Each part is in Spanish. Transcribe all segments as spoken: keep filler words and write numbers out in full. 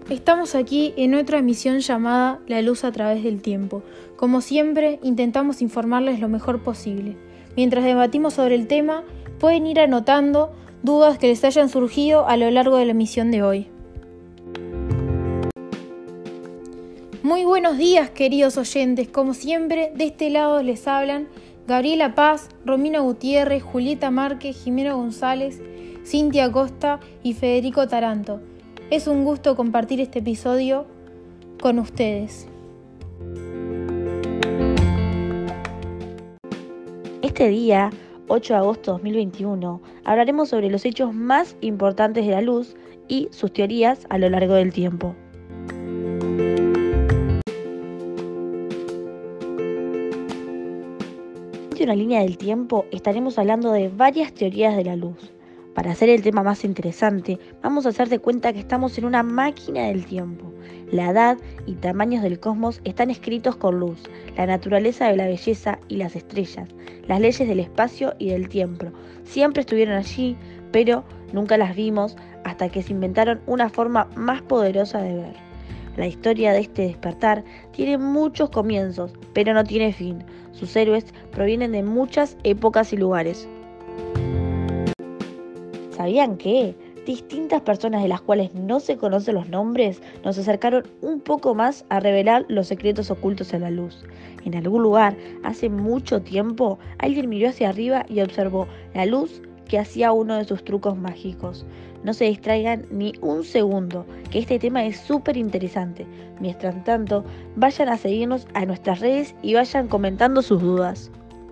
Estamos aquí en otra emisión llamada La Luz a través del tiempo. Como siempre, intentamos informarles lo mejor posible. Mientras debatimos sobre el tema, pueden ir anotando dudas que les hayan surgido a lo largo de la emisión de hoy. Muy buenos días, queridos oyentes. Como siempre, de este lado les hablan Gabriela Paz, Romina Gutiérrez, Julieta Márquez, Jimena González, Cintia Costa y Federico Taranto. Es un gusto compartir este episodio con ustedes. Este día, ocho de agosto de dos mil veintiuno, hablaremos sobre los hechos más importantes de la luz y sus teorías a lo largo del tiempo. En una línea del tiempo estaremos hablando de varias teorías de la luz. Para hacer el tema más interesante, vamos a hacer de cuenta que estamos en una máquina del tiempo. La edad y tamaños del cosmos están escritos con luz, la naturaleza de la belleza y las estrellas, las leyes del espacio y del tiempo. Siempre estuvieron allí, pero nunca las vimos hasta que se inventaron una forma más poderosa de ver. La historia de este despertar tiene muchos comienzos, pero no tiene fin. Sus héroes provienen de muchas épocas y lugares. ¿Sabían que distintas personas de las cuales no se conocen los nombres nos acercaron un poco más a revelar los secretos ocultos en la luz? En algún lugar, hace mucho tiempo, alguien miró hacia arriba y observó la luz que hacía uno de sus trucos mágicos. No se distraigan ni un segundo, que este tema es súper interesante. Mientras tanto, vayan a seguirnos a nuestras redes y vayan comentando sus dudas.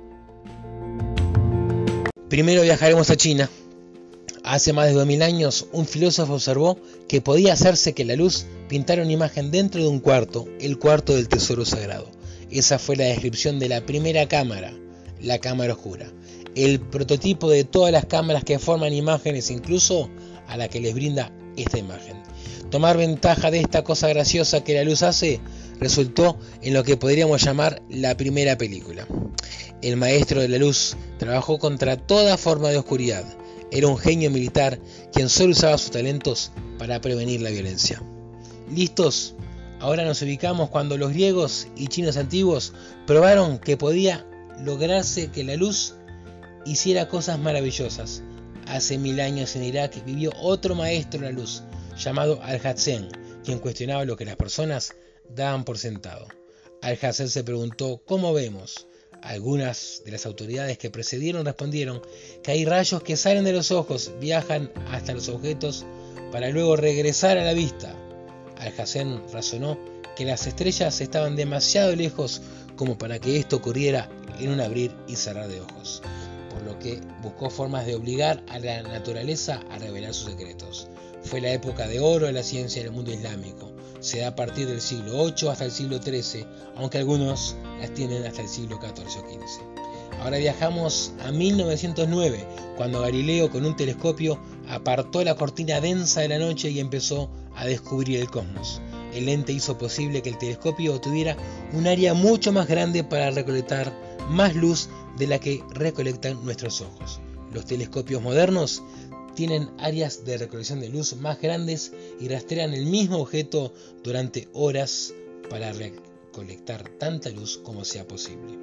Primero viajaremos a China. Hace más de dos mil años, un filósofo observó que podía hacerse que la luz pintara una imagen dentro de un cuarto, el cuarto del tesoro sagrado. Esa fue la descripción de la primera cámara, la cámara oscura. El prototipo de todas las cámaras que forman imágenes, incluso a la que les brinda esta imagen. Tomar ventaja de esta cosa graciosa que la luz hace resultó en lo que podríamos llamar la primera película. El maestro de la luz trabajó contra toda forma de oscuridad. Era un genio militar quien solo usaba sus talentos para prevenir la violencia. ¿Listos? Ahora nos ubicamos cuando los griegos y chinos antiguos probaron que podía lograrse que la luz hiciera cosas maravillosas. Hace mil años en Irak vivió otro maestro de la luz, llamado Alhazen, quien cuestionaba lo que las personas daban por sentado. Alhazen se preguntó: ¿cómo vemos? Algunas de las autoridades que precedieron respondieron que hay rayos que salen de los ojos, viajan hasta los objetos para luego regresar a la vista. Alhazen razonó que las estrellas estaban demasiado lejos como para que esto ocurriera en un abrir y cerrar de ojos, por lo que buscó formas de obligar a la naturaleza a revelar sus secretos. Fue la época de oro de la ciencia en el mundo islámico. Se da a partir del siglo ocho hasta el siglo trece, aunque algunos las tienen hasta el siglo catorce o quince. Ahora viajamos a mil novecientos nueve, cuando Galileo con un telescopio apartó la cortina densa de la noche y empezó a descubrir el cosmos. El lente hizo posible que el telescopio tuviera un área mucho más grande para recolectar más luz de la que recolectan nuestros ojos. Los telescopios modernos tienen áreas de recolección de luz más grandes y rastrean el mismo objeto durante horas para recolectar tanta luz como sea posible.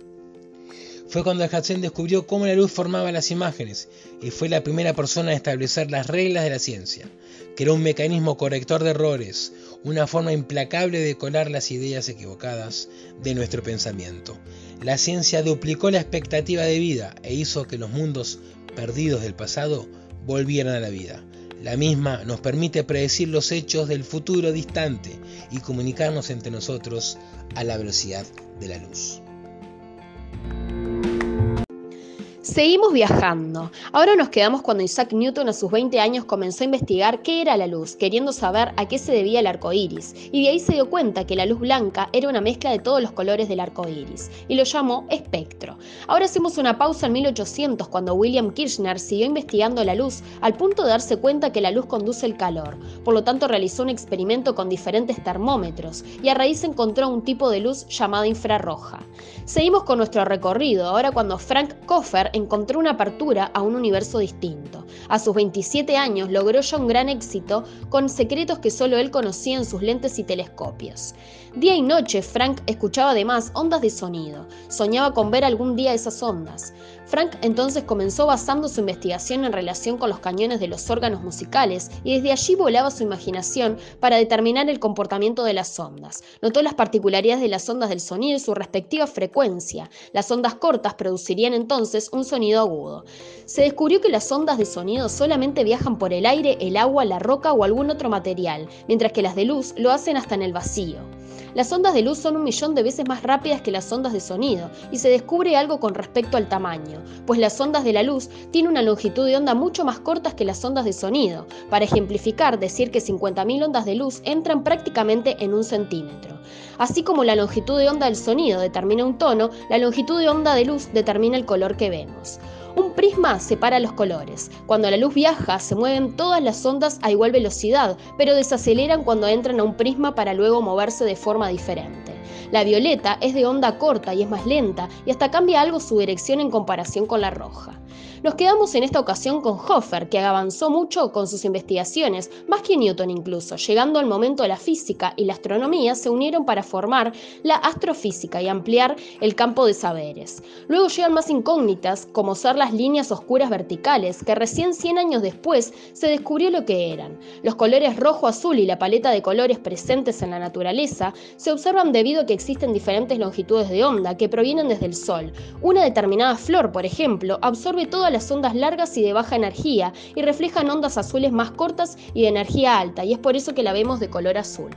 Fue cuando Alhazen descubrió cómo la luz formaba las imágenes y fue la primera persona a establecer las reglas de la ciencia. Creó un mecanismo corrector de errores, una forma implacable de colar las ideas equivocadas de nuestro pensamiento. La ciencia duplicó la expectativa de vida e hizo que los mundos perdidos del pasado volvieran a la vida. La misma nos permite predecir los hechos del futuro distante y comunicarnos entre nosotros a la velocidad de la luz. Seguimos viajando. Ahora nos quedamos cuando Isaac Newton a sus veinte años comenzó a investigar qué era la luz, queriendo saber a qué se debía el arco iris, y de ahí se dio cuenta que la luz blanca era una mezcla de todos los colores del arco iris, y lo llamó espectro. Ahora hacemos una pausa en mil ochocientos, cuando William Kirchner siguió investigando la luz al punto de darse cuenta que la luz conduce el calor. Por lo tanto, realizó un experimento con diferentes termómetros, y a raíz encontró un tipo de luz llamada infrarroja. Seguimos con nuestro recorrido, ahora cuando Frank Koffer encontró una apertura a un universo distinto. A sus veintisiete años logró ya un gran éxito con secretos que solo él conocía en sus lentes y telescopios. Día y noche, Frank escuchaba además ondas de sonido. Soñaba con ver algún día esas ondas. Frank entonces comenzó basando su investigación en relación con los cañones de los órganos musicales y desde allí volaba su imaginación para determinar el comportamiento de las ondas. Notó las particularidades de las ondas del sonido y su respectiva frecuencia. Las ondas cortas producirían entonces un sonido agudo. Se descubrió que las ondas de sonido solamente viajan por el aire, el agua, la roca o algún otro material, mientras que las de luz lo hacen hasta en el vacío. Las ondas de luz son un millón de veces más rápidas que las ondas de sonido y se descubre algo con respecto al tamaño, pues las ondas de la luz tienen una longitud de onda mucho más cortas que las ondas de sonido. Para ejemplificar, decir que cincuenta mil ondas de luz entran prácticamente en un centímetro. Así como la longitud de onda del sonido determina un tono, la longitud de onda de luz determina el color que vemos. Un prisma separa los colores. Cuando la luz viaja, se mueven todas las ondas a igual velocidad, pero desaceleran cuando entran a un prisma para luego moverse de forma diferente. La violeta es de onda corta y es más lenta, y hasta cambia algo su dirección en comparación con la roja. Nos quedamos en esta ocasión con Hoffer, que avanzó mucho con sus investigaciones, más que Newton incluso, llegando al momento de la física y la astronomía se unieron para formar la astrofísica y ampliar el campo de saberes. Luego llegan más incógnitas, como ser las líneas oscuras verticales, que recién cien años después se descubrió lo que eran. Los colores rojo, azul y la paleta de colores presentes en la naturaleza se observan debido a que existen diferentes longitudes de onda que provienen desde el Sol. Una determinada flor, por ejemplo, absorbe todas las ondas largas y de baja energía y reflejan ondas azules más cortas y de energía alta, y es por eso que la vemos de color azul.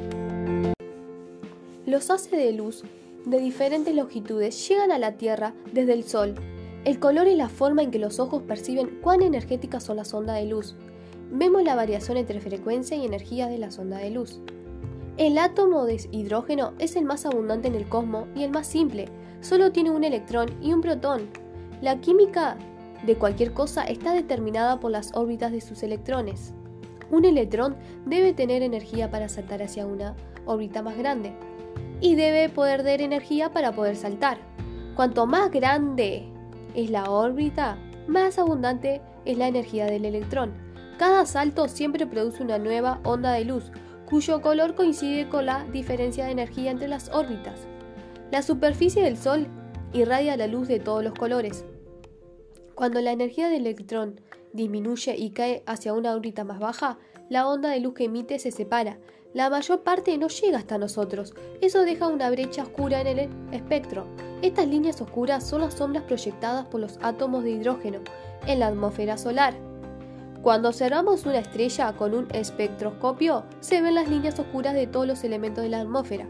Los haces de luz de diferentes longitudes llegan a la Tierra desde el Sol. El color es la forma en que los ojos perciben cuán energéticas son las ondas de luz. Vemos la variación entre frecuencia y energía de las ondas de luz. El átomo de hidrógeno es el más abundante en el cosmos y el más simple. Solo tiene un electrón y un protón. La química de cualquier cosa está determinada por las órbitas de sus electrones. Un electrón debe tener energía para saltar hacia una órbita más grande y debe poder dar energía para poder saltar. Cuanto más grande es la órbita, más abundante es la energía del electrón. Cada salto siempre produce una nueva onda de luz, cuyo color coincide con la diferencia de energía entre las órbitas. La superficie del Sol irradia la luz de todos los colores. Cuando la energía del electrón disminuye y cae hacia una órbita más baja, la onda de luz que emite se separa. La mayor parte no llega hasta nosotros. Eso deja una brecha oscura en el espectro. Estas líneas oscuras son las sombras proyectadas por los átomos de hidrógeno en la atmósfera solar. Cuando observamos una estrella con un espectroscopio, se ven las líneas oscuras de todos los elementos de la atmósfera.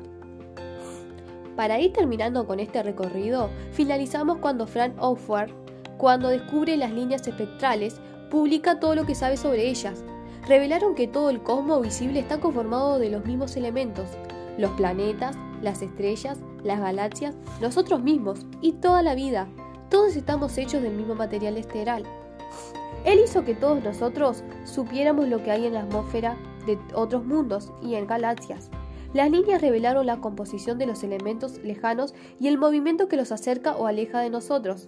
Para ir terminando con este recorrido, finalizamos cuando Frank Hoffer, cuando descubre las líneas espectrales, publica todo lo que sabe sobre ellas. Revelaron que todo el cosmos visible está conformado de los mismos elementos: los planetas, las estrellas, las galaxias, nosotros mismos y toda la vida. Todos estamos hechos del mismo material estelar. Él hizo que todos nosotros supiéramos lo que hay en la atmósfera de otros mundos y en galaxias. Las líneas revelaron la composición de los elementos lejanos y el movimiento que los acerca o aleja de nosotros.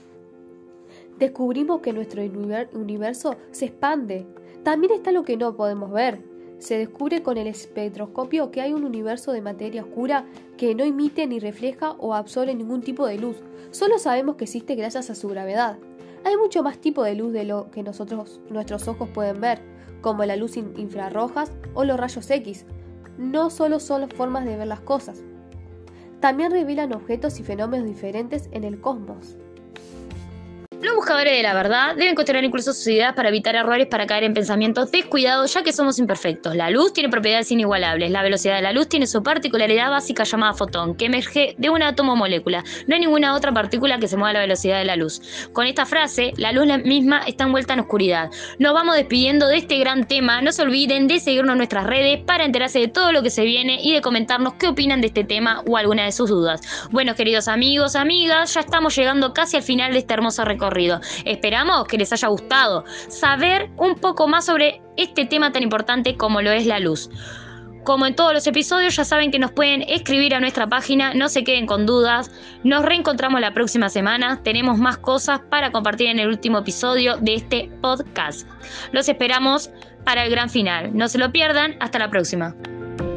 Descubrimos que nuestro universo se expande. También está lo que no podemos ver. Se descubre con el espectroscopio que hay un universo de materia oscura que no emite ni refleja o absorbe ningún tipo de luz. Solo sabemos que existe gracias a su gravedad. Hay mucho más tipo de luz de lo que nosotros, nuestros ojos pueden ver, como la luz infrarrojas o los rayos X. No solo son formas de ver las cosas. También revelan objetos y fenómenos diferentes en el cosmos. Los buscadores de la verdad deben cuestionar incluso sus ideas para evitar errores, para caer en pensamientos descuidados, ya que somos imperfectos. La luz tiene propiedades inigualables. La velocidad de la luz tiene su particularidad básica llamada fotón, que emerge de un átomo o molécula. No hay ninguna otra partícula que se mueva a la velocidad de la luz. Con esta frase, la luz misma está envuelta en oscuridad. Nos vamos despidiendo de este gran tema. No se olviden de seguirnos en nuestras redes para enterarse de todo lo que se viene y de comentarnos qué opinan de este tema o alguna de sus dudas. Bueno, queridos amigos, amigas, ya estamos llegando casi al final de este hermoso recorrido. Esperamos que les haya gustado saber un poco más sobre este tema tan importante como lo es la luz. Como en todos los episodios, ya saben que nos pueden escribir a nuestra página, no se queden con dudas. Nos reencontramos la próxima semana, tenemos más cosas para compartir en el último episodio de este podcast. Los esperamos para el gran final, no se lo pierdan, hasta la próxima.